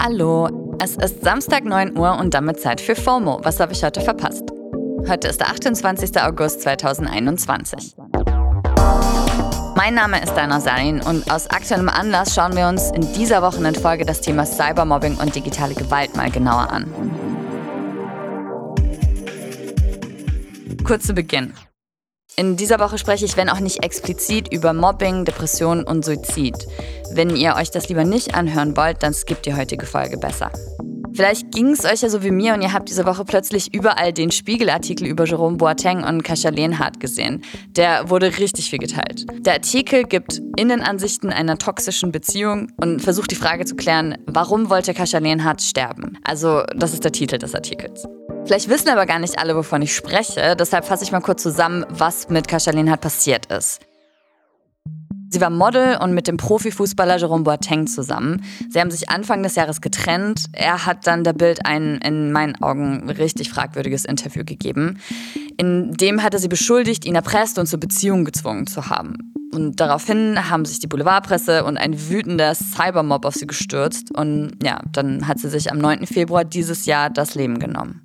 Hallo, es ist Samstag 9 Uhr und damit Zeit für FOMO. Was habe ich heute verpasst? Heute ist der 28. August 2021. Mein Name ist Dana Sarin und aus aktuellem Anlass schauen wir uns in dieser Wochenendfolge das Thema Cybermobbing und digitale Gewalt mal genauer an. Kurz zu Beginn. In dieser Woche spreche ich, wenn auch nicht explizit, über Mobbing, Depressionen und Suizid. Wenn ihr euch das lieber nicht anhören wollt, dann skippt die heutige Folge besser. Vielleicht ging es euch ja so wie mir und ihr habt diese Woche plötzlich überall den Spiegel-Artikel über Jerome Boateng und Kasia Lehnhardt gesehen. Der wurde richtig viel geteilt. Der Artikel gibt Innenansichten einer toxischen Beziehung und versucht die Frage zu klären, warum wollte Kasia Lehnhardt sterben? Also, das ist der Titel des Artikels. Vielleicht wissen aber gar nicht alle, wovon ich spreche, deshalb fasse ich mal kurz zusammen, was mit Kasia Lehnhardt passiert ist. Sie war Model und mit dem Profifußballer Jerome Boateng zusammen. Sie haben sich Anfang des Jahres getrennt. Er hat dann der Bild ein, in meinen Augen, richtig fragwürdiges Interview gegeben. In dem hat er sie beschuldigt, ihn erpresst und zur Beziehung gezwungen zu haben. Und daraufhin haben sich die Boulevardpresse und ein wütender Cybermob auf sie gestürzt. Und ja, dann hat sie sich am 9. Februar dieses Jahr das Leben genommen.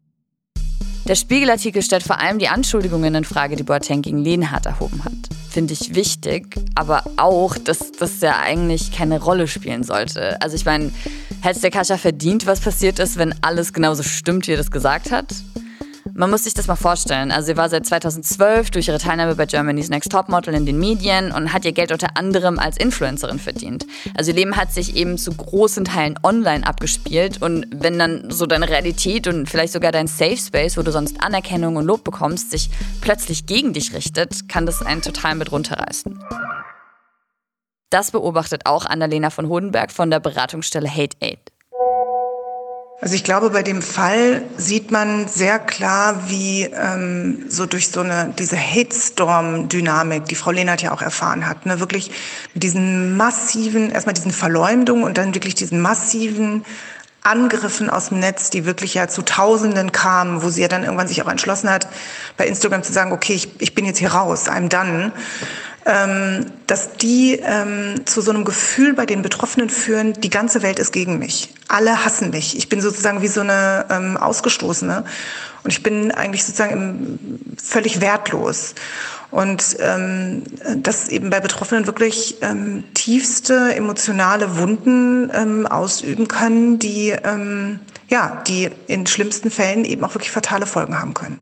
Der Spiegelartikel stellt vor allem die Anschuldigungen in Frage, die Boateng gegen Lehnhardt erhoben hat. Finde ich wichtig, aber auch, dass das ja eigentlich keine Rolle spielen sollte. Also ich meine, hätte es der Kasia verdient, was passiert ist, wenn alles genauso stimmt, wie er das gesagt hat? Man muss sich das mal vorstellen. Also sie war seit 2012 durch ihre Teilnahme bei Germany's Next Topmodel in den Medien und hat ihr Geld unter anderem als Influencerin verdient. Also ihr Leben hat sich eben zu großen Teilen online abgespielt und wenn dann so deine Realität und vielleicht sogar dein Safe Space, wo du sonst Anerkennung und Lob bekommst, sich plötzlich gegen dich richtet, kann das einen total mit runterreißen. Das beobachtet auch Annalena von Hodenberg von der Beratungsstelle Hate Aid. Also ich glaube, bei dem Fall sieht man sehr klar, wie so durch diese Hate-Storm-Dynamik, die Frau Lehnhardt ja auch erfahren hat, ne, wirklich mit diesen massiven, erstmal diesen Verleumdungen und dann wirklich diesen massiven Angriffen aus dem Netz, die wirklich ja zu Tausenden kamen, wo sie ja dann irgendwann sich auch entschlossen hat, bei Instagram zu sagen, okay, ich bin jetzt hier raus, I'm done. Dass die zu so einem Gefühl bei den Betroffenen führen, die ganze Welt ist gegen mich. Alle hassen mich. Ich bin sozusagen wie so eine Ausgestoßene. Und ich bin eigentlich sozusagen völlig wertlos. Und dass eben bei Betroffenen wirklich tiefste emotionale Wunden ausüben können, die in schlimmsten Fällen eben auch wirklich fatale Folgen haben können.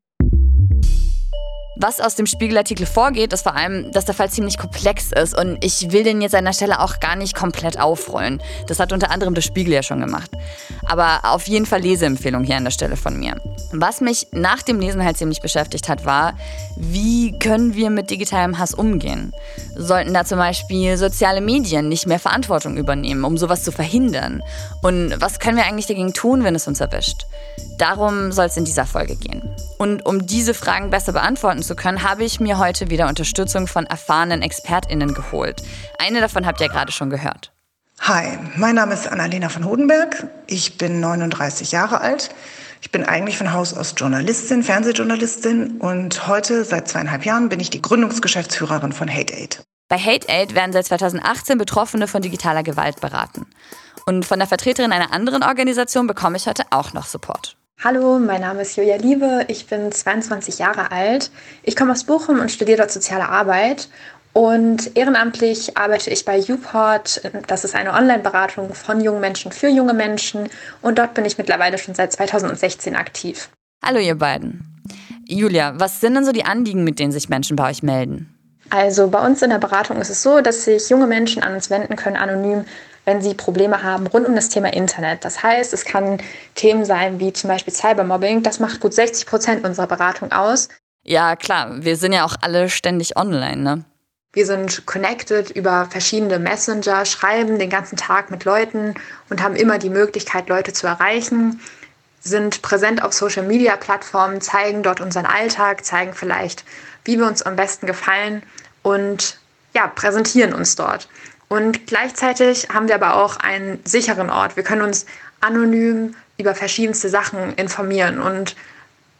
Was aus dem Spiegelartikel vorgeht, ist vor allem, dass der Fall ziemlich komplex ist und ich will den jetzt an der Stelle auch gar nicht komplett aufrollen. Das hat unter anderem der Spiegel ja schon gemacht. Aber auf jeden Fall Leseempfehlung hier an der Stelle von mir. Was mich nach dem Lesen halt ziemlich beschäftigt hat, war, wie können wir mit digitalem Hass umgehen? Sollten da zum Beispiel soziale Medien nicht mehr Verantwortung übernehmen, um sowas zu verhindern? Und was können wir eigentlich dagegen tun, wenn es uns erwischt? Darum soll es in dieser Folge gehen. Und um diese Fragen besser beantworten zu können, habe ich mir heute wieder Unterstützung von erfahrenen ExpertInnen geholt. Eine davon habt ihr gerade schon gehört. Hi, mein Name ist Annalena von Hodenberg. Ich bin 39 Jahre alt. Ich bin eigentlich von Haus aus Journalistin, Fernsehjournalistin und heute, seit 2,5 Jahren, bin ich die Gründungsgeschäftsführerin von Hate Aid. Bei Hate Aid werden seit 2018 Betroffene von digitaler Gewalt beraten. Und von der Vertreterin einer anderen Organisation bekomme ich heute auch noch Support. Hallo, mein Name ist Julia Liebe, ich bin 22 Jahre alt. Ich komme aus Bochum und studiere dort soziale Arbeit. Und ehrenamtlich arbeite ich bei YouPort. Das ist eine Online-Beratung von jungen Menschen für junge Menschen. Und dort bin ich mittlerweile schon seit 2016 aktiv. Hallo ihr beiden. Julia, was sind denn so die Anliegen, mit denen sich Menschen bei euch melden? Also bei uns in der Beratung ist es so, dass sich junge Menschen an uns wenden können, anonym, wenn sie Probleme haben rund um das Thema Internet. Das heißt, es kann Themen sein wie zum Beispiel Cybermobbing. Das macht gut 60% unserer Beratung aus. Ja klar, wir sind ja auch alle ständig online, ne? Wir sind connected über verschiedene Messenger, schreiben den ganzen Tag mit Leuten und haben immer die Möglichkeit, Leute zu erreichen, sind präsent auf Social-Media-Plattformen, zeigen dort unseren Alltag, zeigen vielleicht, wie wir uns am besten gefallen und ja, präsentieren uns dort. Und gleichzeitig haben wir aber auch einen sicheren Ort. Wir können uns anonym über verschiedenste Sachen informieren und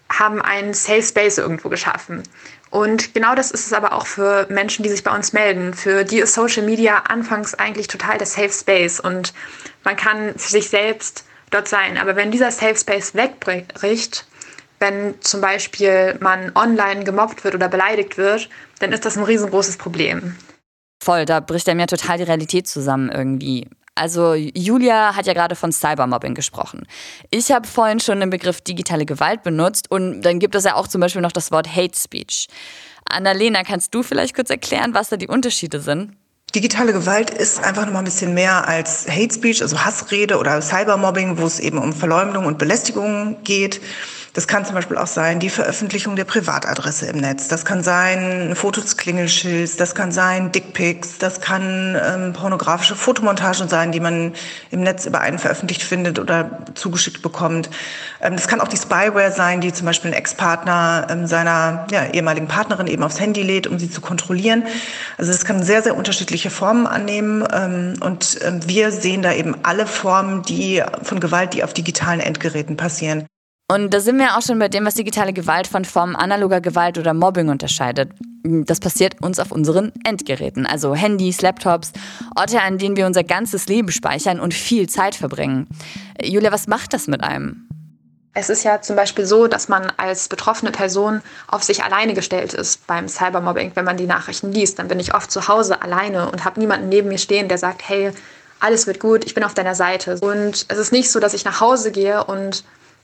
haben einen Safe Space irgendwo geschaffen. Und genau das ist es aber auch für Menschen, die sich bei uns melden. Für die ist Social Media anfangs eigentlich total der Safe Space und man kann für sich selbst dort sein. Aber wenn dieser Safe Space wegbricht, wenn zum Beispiel man online gemobbt wird oder beleidigt wird, dann ist das ein riesengroßes Problem. Voll, da bricht einem ja total die Realität zusammen irgendwie. Also Julia hat ja gerade von Cybermobbing gesprochen. Ich habe vorhin schon den Begriff digitale Gewalt benutzt und dann gibt es ja auch zum Beispiel noch das Wort Hate Speech. Annalena, kannst du vielleicht kurz erklären, was da die Unterschiede sind? Digitale Gewalt ist einfach noch mal ein bisschen mehr als Hate Speech, also Hassrede oder Cybermobbing, wo es eben um Verleumdung und Belästigung geht. Das kann zum Beispiel auch sein die Veröffentlichung der Privatadresse im Netz. Das kann sein ein Foto des Klingelschilds, das kann sein Dickpics, das kann pornografische Fotomontagen sein, die man im Netz über einen veröffentlicht findet oder zugeschickt bekommt. Das kann auch die Spyware sein, die zum Beispiel ein Ex-Partner seiner ehemaligen Partnerin eben aufs Handy lädt, um sie zu kontrollieren. Also das kann sehr, sehr unterschiedliche Formen annehmen und wir sehen da eben alle Formen von Gewalt, die auf digitalen Endgeräten passieren. Und da sind wir auch schon bei dem, was digitale Gewalt von Formen analoger Gewalt oder Mobbing unterscheidet. Das passiert uns auf unseren Endgeräten, also Handys, Laptops, Orte, an denen wir unser ganzes Leben speichern und viel Zeit verbringen. Julia, was macht das mit einem? Es ist ja zum Beispiel so, dass man als betroffene Person auf sich alleine gestellt ist beim Cybermobbing. Wenn man die Nachrichten liest, dann bin ich oft zu Hause alleine und habe niemanden neben mir stehen, der sagt, hey, alles wird gut, ich bin auf deiner Seite. Und es ist nicht so, dass ich nach Hause gehe und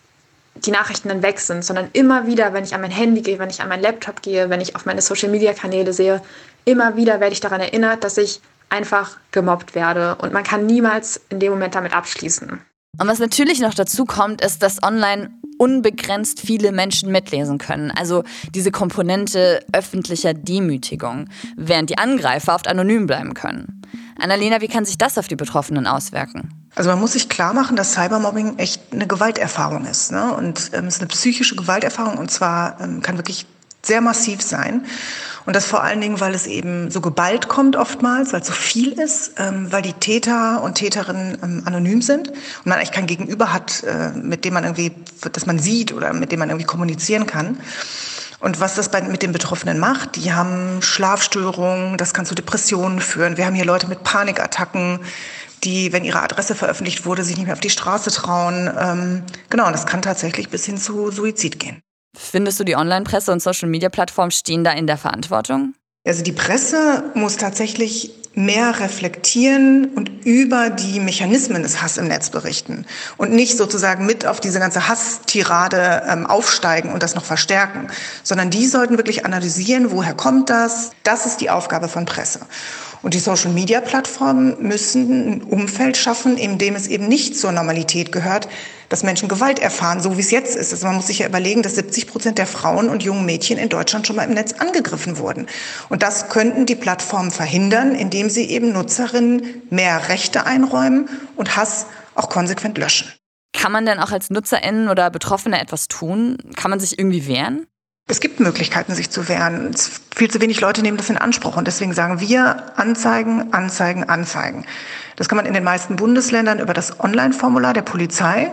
die Nachrichten dann weg sind, sondern immer wieder, wenn ich an mein Handy gehe, wenn ich an meinen Laptop gehe, wenn ich auf meine Social-Media-Kanäle sehe, immer wieder werde ich daran erinnert, dass ich einfach gemobbt werde und man kann niemals in dem Moment damit abschließen. Und was natürlich noch dazu kommt, ist, dass online unbegrenzt viele Menschen mitlesen können. Also diese Komponente öffentlicher Demütigung, während die Angreifer oft anonym bleiben können. Annalena, wie kann sich das auf die Betroffenen auswirken? Also man muss sich klar machen, dass Cybermobbing echt eine Gewalterfahrung ist, ne? Und es ist eine psychische Gewalterfahrung und zwar kann wirklich sehr massiv sein. Und das vor allen Dingen, weil es eben so geballt kommt oftmals, weil es so viel ist, weil die Täter und Täterinnen anonym sind und man eigentlich kein Gegenüber hat, mit dem man irgendwie, das man sieht oder mit dem man irgendwie kommunizieren kann. Und was das mit den Betroffenen macht, die haben Schlafstörungen, das kann zu Depressionen führen. Wir haben hier Leute mit Panikattacken, die, wenn ihre Adresse veröffentlicht wurde, sich nicht mehr auf die Straße trauen. Genau, und das kann tatsächlich bis hin zu Suizid gehen. Findest du, die Online-Presse und Social-Media-Plattformen stehen da in der Verantwortung? Also die Presse muss tatsächlich mehr reflektieren und über die Mechanismen des Hass im Netz berichten und nicht sozusagen mit auf diese ganze Hasstirade aufsteigen und das noch verstärken, sondern die sollten wirklich analysieren, woher kommt das? Das ist die Aufgabe von Presse. Und die Social-Media-Plattformen müssen ein Umfeld schaffen, in dem es eben nicht zur Normalität gehört, dass Menschen Gewalt erfahren, so wie es jetzt ist. Also man muss sich ja überlegen, dass 70% der Frauen und jungen Mädchen in Deutschland schon mal im Netz angegriffen wurden. Und das könnten die Plattformen verhindern, indem sie eben Nutzerinnen mehr Rechte einräumen und Hass auch konsequent löschen. Kann man denn auch als NutzerInnen oder Betroffene etwas tun? Kann man sich irgendwie wehren? Es gibt Möglichkeiten, sich zu wehren. Viel zu wenig Leute nehmen das in Anspruch. Und deswegen sagen wir Anzeigen, Anzeigen, Anzeigen. Das kann man in den meisten Bundesländern über das Online-Formular der Polizei.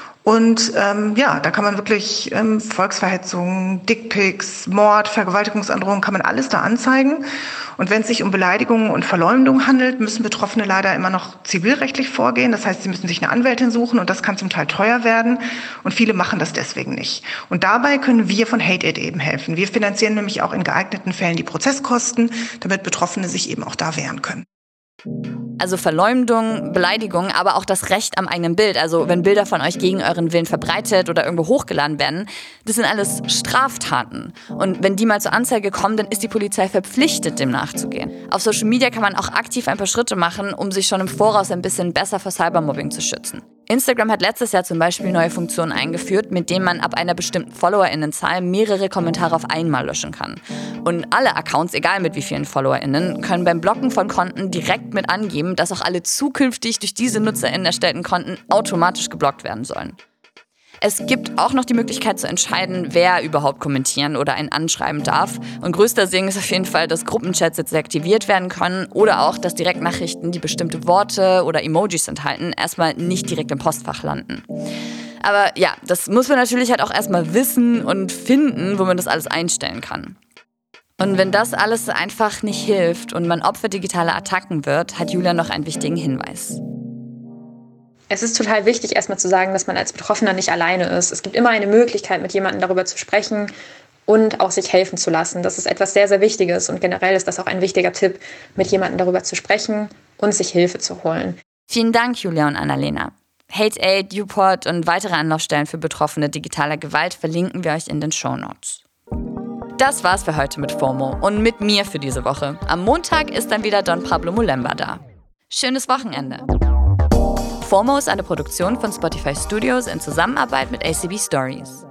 Und da kann man wirklich Volksverhetzung, Dickpics, Mord, Vergewaltigungsandrohungen, kann man alles da anzeigen. Und wenn es sich um Beleidigungen und Verleumdung handelt, müssen Betroffene leider immer noch zivilrechtlich vorgehen. Das heißt, sie müssen sich eine Anwältin suchen und das kann zum Teil teuer werden. Und viele machen das deswegen nicht. Und dabei können wir von Hate-Aid eben helfen. Wir finanzieren nämlich auch in geeigneten Fällen die Prozesskosten, damit Betroffene sich eben auch da wehren können. Also Verleumdung, Beleidigung, aber auch das Recht am eigenen Bild. Also wenn Bilder von euch gegen euren Willen verbreitet oder irgendwo hochgeladen werden, das sind alles Straftaten. Und wenn die mal zur Anzeige kommen, dann ist die Polizei verpflichtet, dem nachzugehen. Auf Social Media kann man auch aktiv ein paar Schritte machen, um sich schon im Voraus ein bisschen besser vor Cybermobbing zu schützen. Instagram hat letztes Jahr zum Beispiel neue Funktionen eingeführt, mit denen man ab einer bestimmten FollowerInnenzahl mehrere Kommentare auf einmal löschen kann. Und alle Accounts, egal mit wie vielen FollowerInnen, können beim Blocken von Konten direkt mit angeben, dass auch alle zukünftig durch diese NutzerInnen erstellten Konten automatisch geblockt werden sollen. Es gibt auch noch die Möglichkeit zu entscheiden, wer überhaupt kommentieren oder ein anschreiben darf. Und größter Segen ist auf jeden Fall, dass Gruppenchats jetzt deaktiviert werden können oder auch, dass Direktnachrichten, die bestimmte Worte oder Emojis enthalten, erstmal nicht direkt im Postfach landen. Aber ja, das muss man natürlich halt auch erstmal wissen und finden, wo man das alles einstellen kann. Und wenn das alles einfach nicht hilft und man Opfer digitaler Attacken wird, hat Julia noch einen wichtigen Hinweis. Es ist total wichtig, erstmal zu sagen, dass man als Betroffener nicht alleine ist. Es gibt immer eine Möglichkeit, mit jemandem darüber zu sprechen und auch sich helfen zu lassen. Das ist etwas sehr, sehr Wichtiges und generell ist das auch ein wichtiger Tipp, mit jemandem darüber zu sprechen und sich Hilfe zu holen. Vielen Dank, Julia und Annalena. HateAid, YouPort und weitere Anlaufstellen für Betroffene digitaler Gewalt verlinken wir euch in den Shownotes. Das war's für heute mit FOMO und mit mir für diese Woche. Am Montag ist dann wieder Don Pablo Mulemba da. Schönes Wochenende. FOMO ist eine Produktion von Spotify Studios in Zusammenarbeit mit ACB Stories.